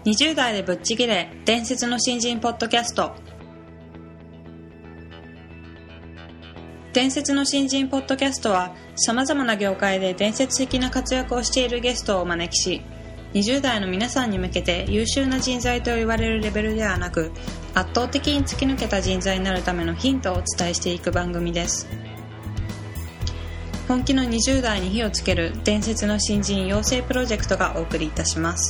20代でぶっちぎれ伝説の新人ポッドキャスト。伝説の新人ポッドキャストはさまざまな業界で伝説的な活躍をしているゲストをお招きし、20代の皆さんに向けて優秀な人材と言われるレベルではなく、圧倒的に突き抜けた人材になるためのヒントをお伝えしていく番組です。本気の20代に火をつける伝説の新人養成プロジェクトがお送りいたします。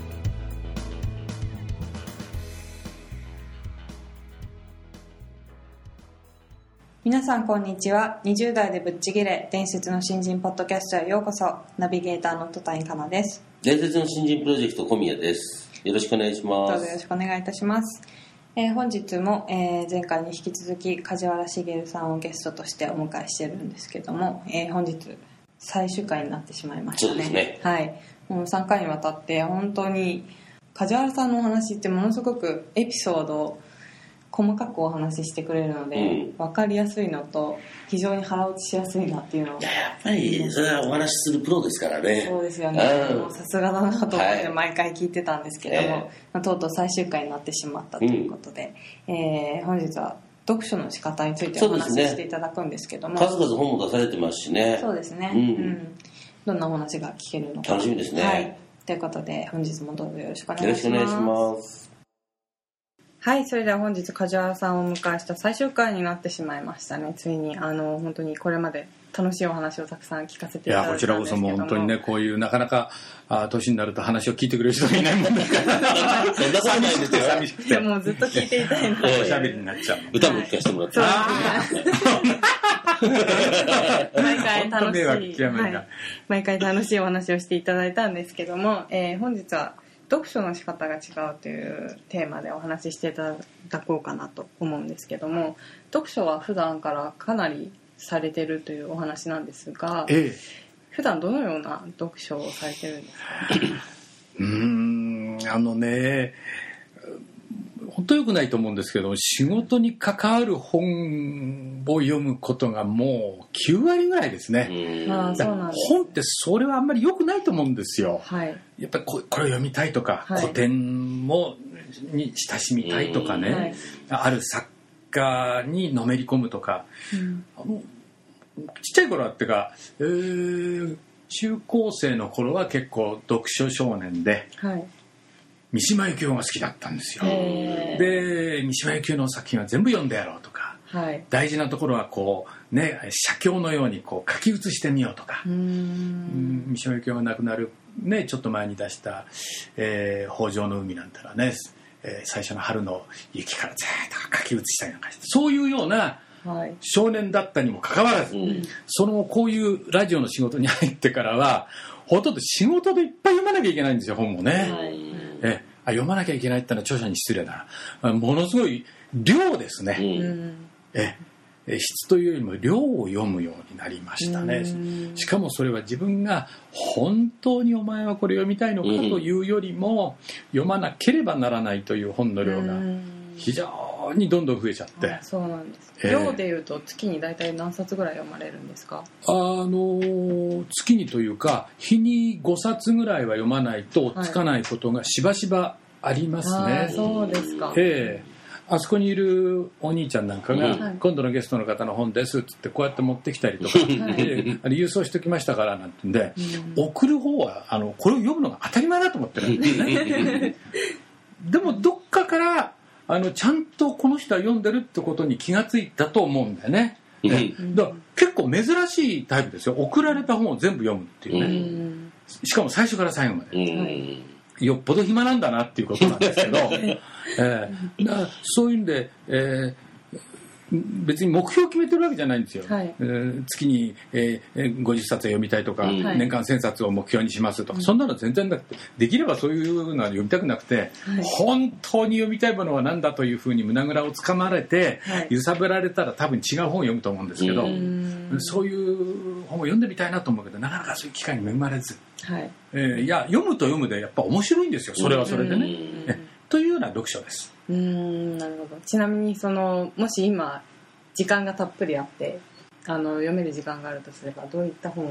皆さんこんにちは。20代でぶっちぎれ伝説の新人ポッドキャストへようこそ。ナビゲーターの戸谷香奈です。 伝説の新人プロジェクト小宮です。よろしくお願いします。 どうぞよろしくお願いいたします。本日も、前回に引き続き梶原茂さんをゲストとしてお迎えしてるんですけども、本日最終回になってしまいましたね。 そうですね。 はい。もう3回にわたって本当に梶原さんのお話ってものすごくエピソードを細かくお話ししてくれるので、分かりやすいのと非常に腹落ちしやすいなっていうのを。 やっぱりそれはお話しするプロですからね。 そうですよね。さすがだなと思って毎回聞いてたんですけども、とうとう最終回になってしまったということで、本日は読書の仕方についてお話ししていただくんですけども、 数々本も出されてますしね。 そうですね、どんなお話が聞けるのか楽しみですね。 はい、ということで本日もどうぞよろしくお願いします。 よろしくお願いします。 はい、それでは本日梶原さんをお迎えした最終回になってしまいましたね。ついに本当にこれまで楽しいお話をたくさん聞かせていただいたんですけども、 こちらこそもう本当にね、こういうなかなか年になると話を聞いてくれる人がいないもんだからそんなことないですよ。 寂しくてもうずっと聞いていたいなおしゃべりになっちゃう。 歌も聞かせてもらって、 毎回楽しい、 はい、 毎回楽しいお話をしていただいたんですけども、本日は読書の仕方が違うというテーマでお話ししていただこうかなと思うんですけども、読書は普段からかなりされてるというお話なんですが、普段どのような読書をされてるんですか？ 本当良くないと思うんですけど、仕事に関わる本を読むことがもう9割ぐらいですね。 そうなんです。 本ってそれはあんまり良くないと思うんですよ。 はい、 やっぱりこれを読みたいとか、古典に親しみたいとかね、ある作家にのめり込むとか、ちっちゃい頃はってか、中高生の頃は結構読書少年で、三島由紀夫が好きだったんですよ。で、三島由紀夫の作品は全部読んでやろうとか、大事なところはこうね、写経のようにこう書き写してみようとか、三島由紀夫が亡くなるね、ちょっと前に出した北条の海なんてのはね、最初の春の雪からずっと書き写したりなんかして、そういうような少年だったにもかかわらず、こういうラジオの仕事に入ってからはほとんど仕事でいっぱい読まなきゃいけないんですよ、本もね。読まなきゃいけないってのは著者に失礼だな。ものすごい量ですね。質というよりも量を読むようになりましたね。しかもそれは自分が本当にお前はこれ読みたいのかというよりも、読まなければならないという本の量が非常にどんどん増えちゃって。 そうなんです。量でいうと月に大体何冊ぐらい読まれるんですか？ 月にというか日に5冊ぐらいは読まないとつかないことがしばしばありますね。 そうですか。 あそこにいるお兄ちゃんなんかが、今度のゲストの方の本ですっつってこうやって持ってきたりとか、郵送してきましたからなんてんで、送る方はこれを読むのが当たり前だと思ってるんですね。でもどっかからちゃんとこの人は読んでるってことに気がついたと思うんだよね。だから結構珍しいタイプですよ。送られた本を全部読むっていうね。しかも最初から最後まで。よっぽど暇なんだなっていうことなんですけど、そういうんで、別に目標を決めてるわけじゃないんですよ。月に、50冊読みたいとか、年間1000冊を目標にしますとか、そんなの全然なくて、できればそういうのは読みたくなくて、本当に読みたいものは何だというふうに胸ぐらをつかまれて、揺さぶられたら多分違う本を読むと思うんですけど、そういう本を読んでみたいなと思うけど、なかなかそういう機会に恵まれず、いや読むと読むでやっぱ面白いんですよ、それはそれでね。というような読書です。 なるほど。ちなみにもし今時間がたっぷりあって読める時間があるとすればどういった本を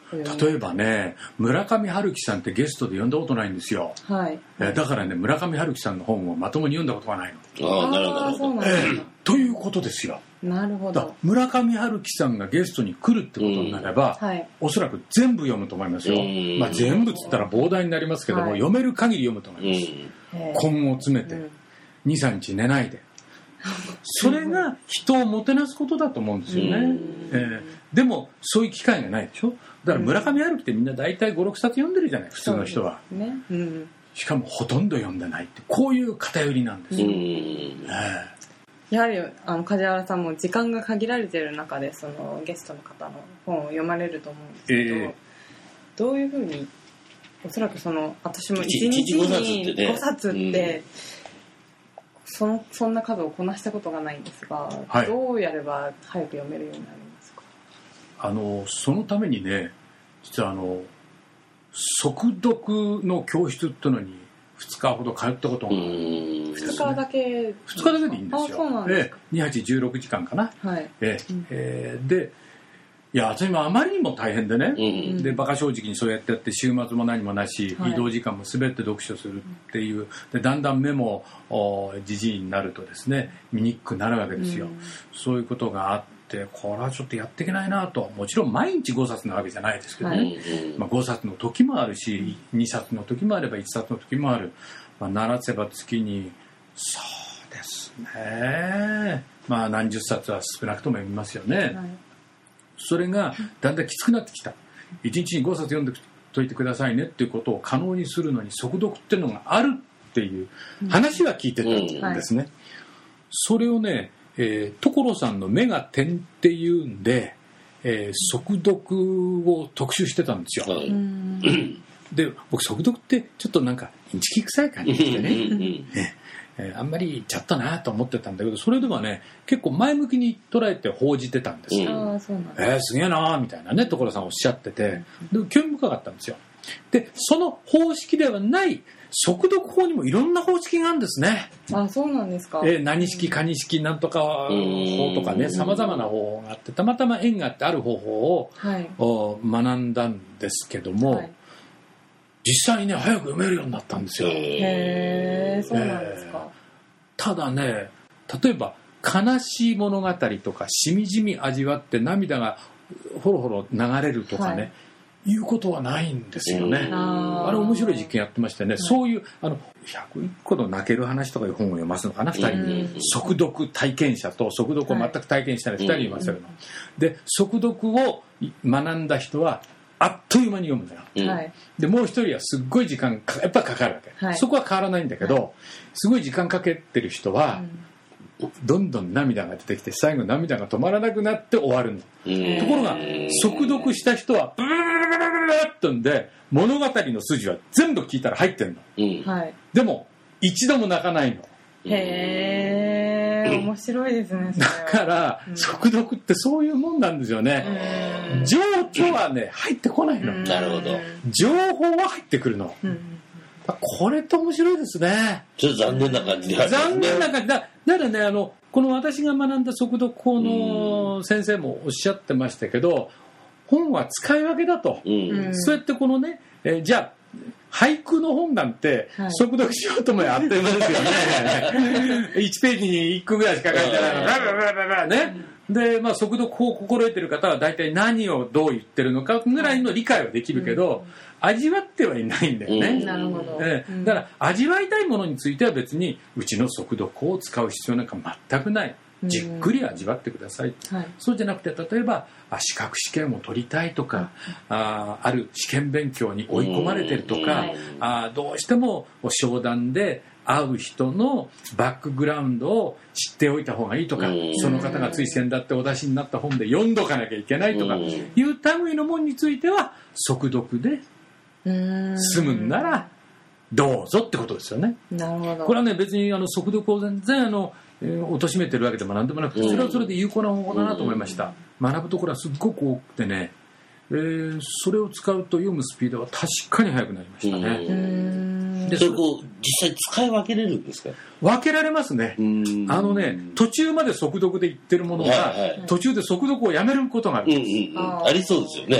例えばね、村上春樹さんってゲストで呼んだことないんですよ。 はい。 だからね、村上春樹さんの本をまともに読んだことがないの。 ああ、なるほど。 そうなんですか。 ということですよ。 なるほど。 村上春樹さんがゲストに来るってことになれば、 はい、 おそらく全部読むと思いますよ。まあ、全部っつったら膨大になりますけども、読める限り読むと思います。根を詰めて、2、3日寝ないで。それが人をもてなすことだと思うんですよね。でもそういう機会がないでしょ。だから村上春樹ってみんな大体 5,6 冊読んでるじゃない、普通の人は。しかもほとんど読んでないって、こういう偏りなんですよ。 やはり梶原さんも時間が限られている中でそのゲストの方の本を読まれると思うんですけど、どういうふうに、おそらくその私も1日に5冊ってそんな数をこなしたことがないんですが、はい、どうやれば早く読めるようになりますか？ そのためにね、実は速読の教室ってのに2日ほど通ったことがある。 2日だけでいいんですよ。 そうなんですか。 2、8、16時間かな。 はい。 で、いや、私もあまりにも大変でね、で馬鹿正直にそうやってやって、週末も何もなし、移動時間も全て読書するっていう、でだんだん目もじじいになるとですね、見にくくなるわけですよ。そういうことがあって、これはちょっとやっていけないなと。もちろん毎日5冊なわけじゃないですけどね、5冊の時もあるし、2冊の時もあれば1冊の時もある。ならせば月に、そうですね、何十冊は少なくとも読みますよね。それがだんだんきつくなってきた。1日に5冊読んでといてくださいねっていうことを可能にするのに速読っていうのがあるっていう話は聞いてたんですね。それをね、所さんの目が点っていうんで、速読を特集してたんですよ。で、僕速読ってちょっとなんかインチキ臭い感じでね、あんまりちゃったなと思ってたんだけど、それではね、結構前向きに捉えて報じてたんですよ。すげえなみたいなね、所さんおっしゃってて、で興味深かったんですよ。で、その方式ではない速読法にもいろんな方式があるんですね。 そうなんですか。 何式、かに式、なんとか法とかね、様々な方法があって、たまたま縁があってある方法を、学んだんですけども、実際にね、早く読めるようになったんですよ。 へー、そうなんですか。 ただね、例えば悲しい物語とかしみじみ味わって涙がほろほろ流れるとかね、いうことはないんですよね。あれ面白い実験やってましてね、そういう101個の泣ける話とかいう本を読ますのかな、2人に。速読体験者と速読を全く体験してない2人に読ませるの。で、速読を学んだ人はあっという間に読むんだよ。で、もう一人はすっごい時間やっぱかかるわけ。そこは変わらないんだけど、すごい時間かけてる人は、どんどん涙が出てきて、最後涙が止まらなくなって終わるの。ところが、速読した人は、ブルルルルルルルっとんで、物語の筋は全部聞いたら入ってんの。でも、一度も泣かないの。 へー、面白いですね。 だから、速読ってそういうもんなんですよね。情緒はね、入ってこないの。 なるほど。 情報は入ってくるの。これって面白いですね。 ちょっと残念な感じで、 残念な感じだ。だからね、この私が学んだ速読法の先生もおっしゃってましたけど、本は使い分けだと。そうやってこのね、じゃあ、俳句の本なんて速読しようともあっという間ですよね。1ページに1句ぐらいしか書いてないの。ラララララね。で、速読法を心得てる方は大体何をどう言ってるのかぐらいの理解はできるけど、味わってはいないんだよね。 なるほど。 だから味わいたいものについては別にうちの速読法を使う必要なんか全くない。じっくり味わってください。そうじゃなくて、例えば資格試験を取りたいとか、ある試験勉強に追い込まれてるとか、どうしても商談で会う人のバックグラウンドを知っておいた方がいいとか、その方がつい先だってお出しになった本で読んどかなきゃいけないとかいう類のものについては速読で済むんならどうぞってことですよね。 なるほど。 これはね、別に速読を全然貶めてるわけでも何でもなくて、それはそれで有効な方法だなと思いました。学ぶところはすっごく多くてね、それを使うと読むスピードは確かに速くなりましたね。 で、それ実際使い分けれるんですか？ 分けられますね。途中まで速読で言ってるものが、途中で速読をやめることがあるんです。 ありそうですよね。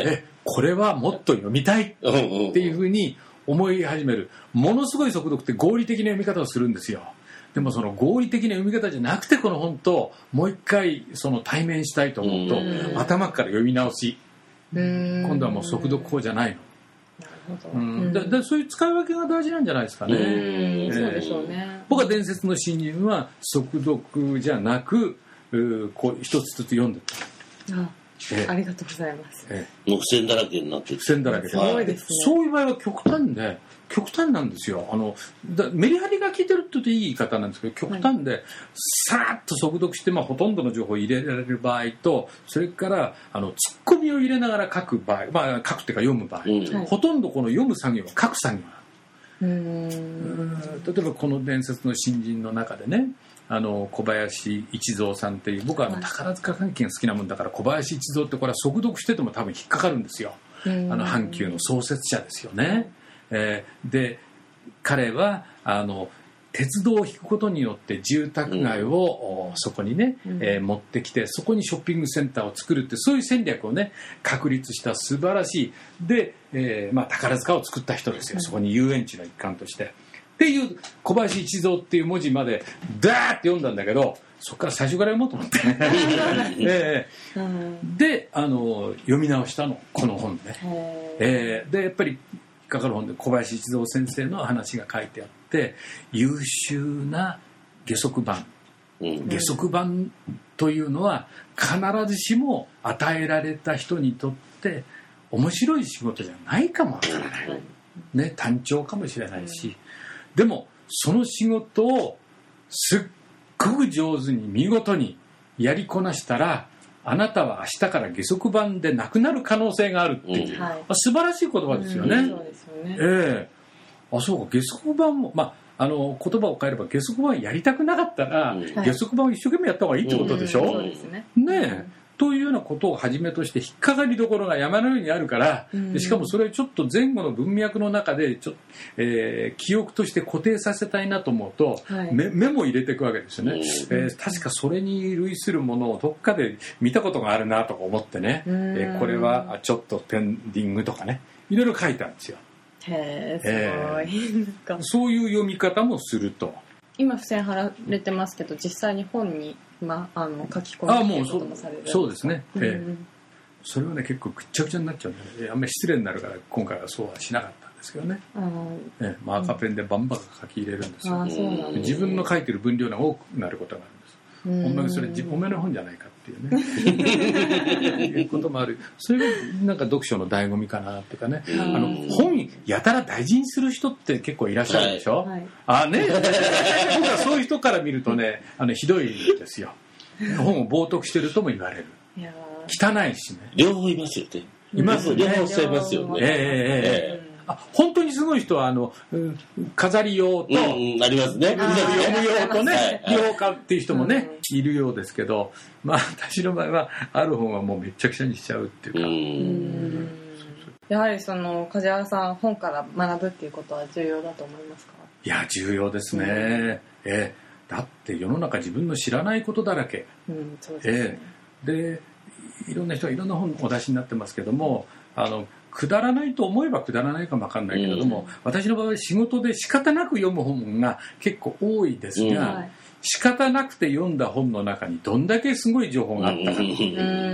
これはもっと読みたいっていうふうに思い始める。ものすごい速読って合理的な読み方をするんですよ。でもその合理的な読み方じゃなくてこの本ともう一回その対面したいと思うと頭から読み直し、今度はもう速読法じゃないの。だそういう使い分けが大事なんじゃないですかね。 そうでしょうね。 僕は伝説の新人は速読じゃなくこう一つずつ読んでた。 ありがとうございます。 もう付箋だらけになってる。 付箋だらけすごいですね。 そういう場合は極端なんですよ。メリハリが効いてるって言っていい言い方なんですけど、極端でさらっと速読して、ほとんどの情報を入れられる場合と、それからツッコミを入れながら書く場合、書くっていうか読む場合、ほとんどこの読む作業は書く作業例えばこの伝説の新人の中でね、小林一三さんっていう、僕は宝塚関係が好きなもんだから、小林一三ってこれは速読してても多分引っかかるんですよ。阪急の創設者ですよね。で彼は鉄道を引くことによって住宅街をそこにね、持ってきて、そこにショッピングセンターを作るって、そういう戦略をね確立した素晴らしいで、宝塚を作った人ですよ。そこに遊園地の一環としてっていう小林一三っていう文字までダーって読んだんだけど、そこから最初から読もうと思ってで読み直したのこの本ね。でやっぱりかかる本で小林一三先生の話が書いてあって、優秀な下足版、下足版というのは必ずしも与えられた人にとって面白い仕事じゃないかもわからない、ね、単調かもしれないし、でもその仕事をすっごく上手に見事にやりこなしたら、あなたは明日から下足版でなくなる可能性があるっていう、素晴らしい言葉ですよね。 そうですよね。 そうか、下足版も、言葉を変えれば下足版やりたくなかったら、下足版を一生懸命やった方がいいってことでしょ。 そうですね。 というようなことをはじめとして引っかかりどころが山のようにあるから、でしかもそれをちょっと前後の文脈の中で記憶として固定させたいなと思うと、メモ入れていくわけですよね。確かそれに類するものをどっかで見たことがあるなとか思ってね、これはちょっとペンディングとかね、いろいろ書いたんですよ。 すごい。 そういう読み方もすると。 今付箋貼られてますけど、実際に本に、書き込むっていうこともされるんですか？ そうですね。それはね結構ぐっちゃぐちゃになっちゃうんで、あんまり失礼になるから今回はそうはしなかったんですけどね。赤ペンでバンバン書き入れるんですよ。自分の書いてる分量が多くなることがあるんです。ほんまにそれお前の本じゃないかっていうねいうこともある。それがなんか読書の醍醐味かなっていうかね。本やたら大事にする人って結構いらっしゃるでしょ。僕はそういう人から見るとねひどいですよ。本を冒涜してるとも言われる。汚いしね。 両方いますよね。 いますね。 両方おっしゃいますよね。 本当にすごい人は飾り用と、 ありますね。 読む用とね、両方っていう人もね、いるようですけど、私の場合はある本はもうめっちゃくちゃにしちゃうっていうか。 やはり梶原さん、本から学ぶっていうことは重要だと思いますか？ いや重要ですね。だって世の中自分の知らないことだらけ。 そうですね。 でいろんな人がいろんな本をお出しになってますけども、くだらないと思えばくだらないかもわかんないけれども、私の場合は仕事で仕方なく読む本が結構多いですが、仕方なくて読んだ本の中にどんだけすごい情報があったか必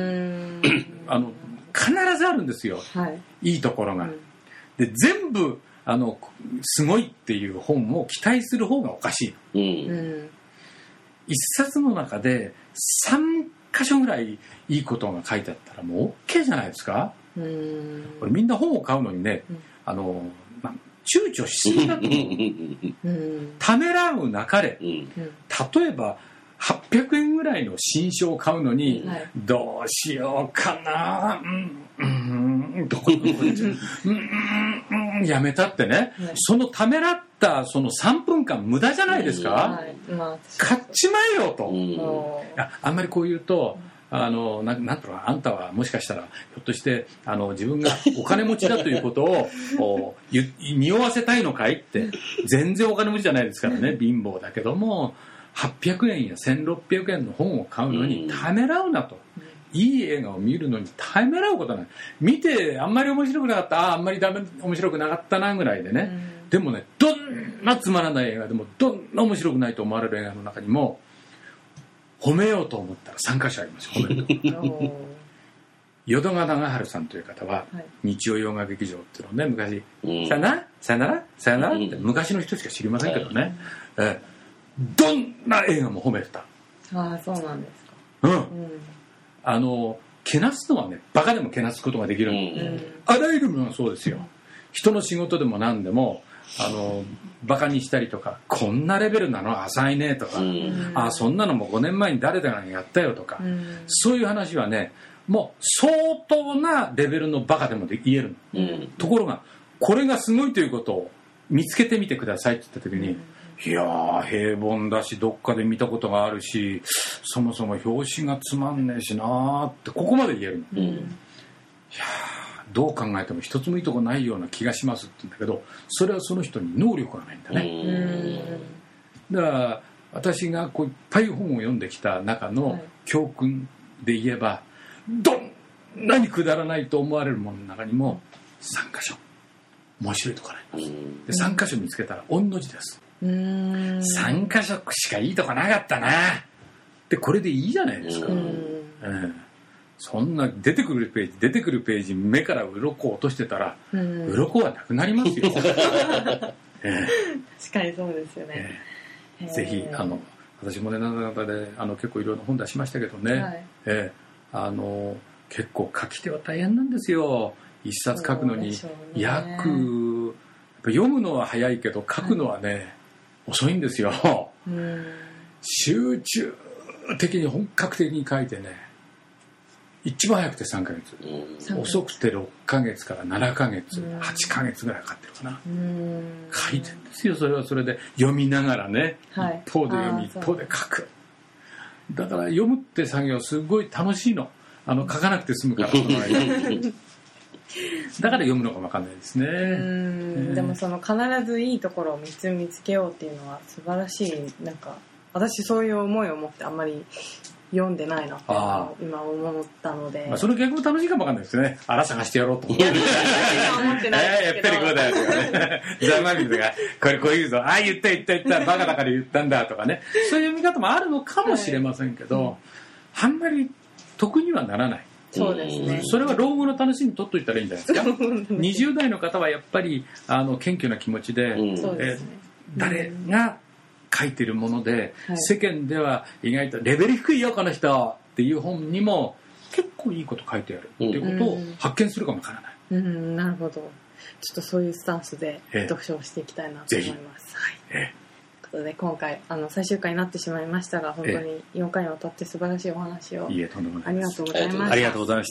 ずあるんですよ、いいところが。で全部すごいっていう本を期待する方がおかしい。一冊の中で3箇所ぐらいいいことが書いてあったらもう OK じゃないですか。これみんな本を買うのにね、躊躇しすぎだと思う。ためらうなかれ。例えば800円ぐらいの新書を買うのに、どうしようかな、どこやめたってね、そのためらったその3分間無駄じゃないですか。買っちまえよと。あんまりこう言うとなんとかあんたはもしかしたらひょっとして自分がお金持ちだということを匂わせたいのかいって。全然お金持ちじゃないですからね、貧乏だけども800円や1600円の本を買うのにためらうなといい映画を見るのにためらうことない。見てあんまり面白くなかった、あんまり面白くなかったなぐらいでね、でもね、どんなつまらない映画でもどんな面白くないと思われる映画の中にも褒めようと思ったら3カ所ありますよ。褒める淀川長春さんという方は、日曜洋画劇場っていうのをね、昔、さよならさよならさよならって昔の人しか知りませんけどね、どんな映画も褒めてた。 ああ、そうなんですか。 けなすのはね、バカでもけなすことができる、あらゆるものがそうですよ。人の仕事でも何でもバカにしたりとか、こんなレベルなの浅いねとか、あ、そんなのも5年前に誰だかがやったよとか、そういう話はね、もう相当なレベルのバカでも言える、ところがこれがすごいということを見つけてみてくださいって言った時に、いやー平凡だし、どっかで見たことがあるし、そもそも表紙がつまんねえしなーってここまで言える、いやーどう考えても一つもいいとこないような気がしますって言うんだけど、それはその人に能力がないんだね。だから私がこういっぱい本を読んできた中の教訓で言えば、どんなにくだらないと思われるものの中にも3箇所面白いところあります。で3箇所見つけたら御の字です。3箇所しかいいとこなかったなってこれでいいじゃないですか。そんな出てくるページ目から鱗を落としてたら、鱗はなくなりますよ。 確かにそうですよね。 ぜひ私もね、なんだかで結構いろいろな本出しましたけどね、結構書き手は大変なんですよ。一冊書くのに約、読むのは早いけど書くのはね、遅いんですよ。集中的に本格的に書いてね、一番早くて3ヶ月、遅くて6ヶ月から7ヶ月、8ヶ月ぐらいかかってるかな。書いてるんですよ。それはそれで読みながらね、一方で読み一方で書く。だから読むって作業すごい楽しいの。書かなくて済むから。だから読むのか分かんないですね。 でもその必ずいいところを見つけようっていうのは素晴らしい。なんか私そういう思いを持ってあんまり読んでないなって今思ったので、 それ逆も楽しいかも分かんないですね。あら探してやろうと思って。 思ってないですけど。 やっぱりこうだよとかね。ザ・マミとかこれこう言うぞ。ああ言ったバカだから言ったんだとかね。そういう見方もあるのかもしれませんけど、あんまり得にはならない。 そうですね。 それは老後の楽しみに取っといたらいいんじゃないですか。20代の方はやっぱり謙虚な気持ちで、誰が書いてるもので、世間では意外とレベル低いよこの人っていう本にも結構いいこと書いてあるっていうことを発見するかもわからない。 なるほど。ちょっとそういうスタンスで読書をしていきたいなと思います。ということで今回最終回になってしまいましたが、本当に4回にわたって素晴らしいお話をありがとうございました。 ありがとうございました。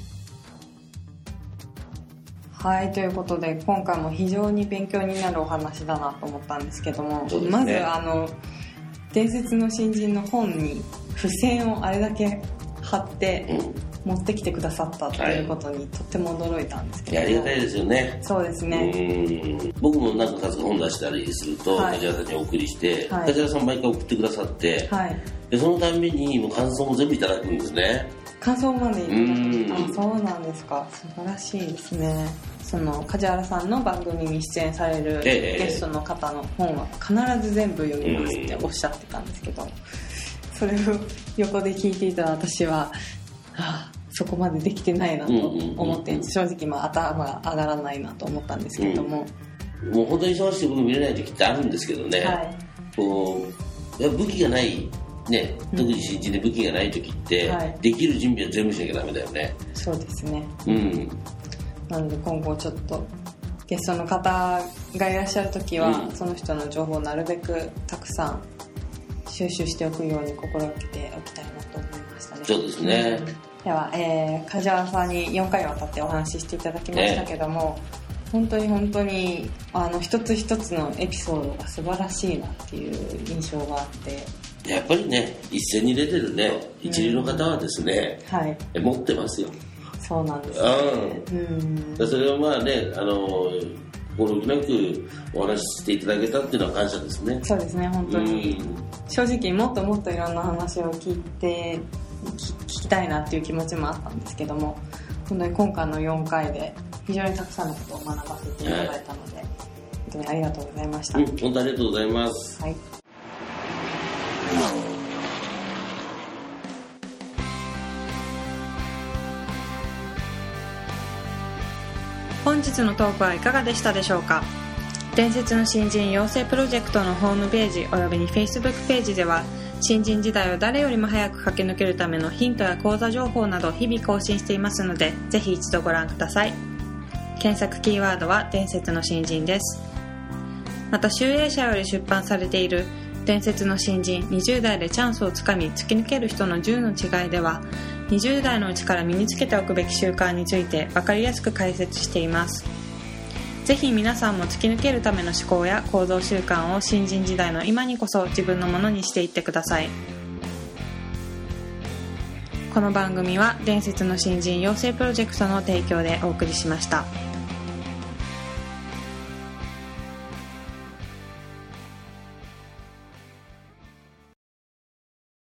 はい、ということで今回も非常に勉強になるお話だなと思ったんですけども、まず伝説の新人の本に付箋をあれだけ貼って持ってきてくださったということにとっても驚いたんですけど、 ありがたいですよね。 そうですね。 僕も何か本出したりすると梶原さんにお送りして、梶原さん毎回送ってくださって、でそのたんびにもう感想も全部いただくんですね。 感想までいただく。そうなんですか。素晴らしいですね。その梶原さんの番組に出演されるゲストの方の本は必ず全部読みますっておっしゃってたんですけど、それを横で聞いていた私はそこまでできてないなと思って、正直頭が上がらないなと思ったんですけれども、 もう本当に忙しくて僕見れない時ってあるんですけどね、こう武器がないね、特に新人で武器がない時って、できる準備は全部しなきゃダメだよね。 そうですね。なので今後ちょっとゲストの方がいらっしゃる時は、その人の情報をなるべくたくさん収集しておくように心がけておきたいなと思いましたね。 そうですね。 では、梶原さんに4回にわたってお話ししていただきましたけども、本当に一つ一つのエピソードが素晴らしいなっていう印象があって、 やっぱりね、一斉に出てるね一流の方はですね、持ってますよ。 そうなんですね。 それをまあね、心置きなくお話ししていただけたっていうのは感謝ですね。 そうですね、本当に。正直もっともっといろんな話を聞いて聞きたいなっていう気持ちもあったんですけども、本当に今回の4回で非常にたくさんのことを学ばせていただいたので、本当にありがとうございました。 本当ありがとうございます。 はい。本日のトークはいかがでしたでしょうか。伝説の新人養成プロジェクトのホームページおよびに Facebook ページでは、新人時代を誰よりも早く駆け抜けるためのヒントや講座情報など日々更新していますので、ぜひ一度ご覧ください。検索キーワードは伝説の新人です。また集英社より出版されている伝説の新人20代でチャンスをつかみ突き抜ける人の10の違いでは、20代のうちから身につけておくべき習慣について分かりやすく解説しています。ぜひ皆さんも突き抜けるための思考や行動習慣を新人時代の今にこそ自分のものにしていってください。この番組は伝説の新人養成プロジェクトの提供でお送りしました。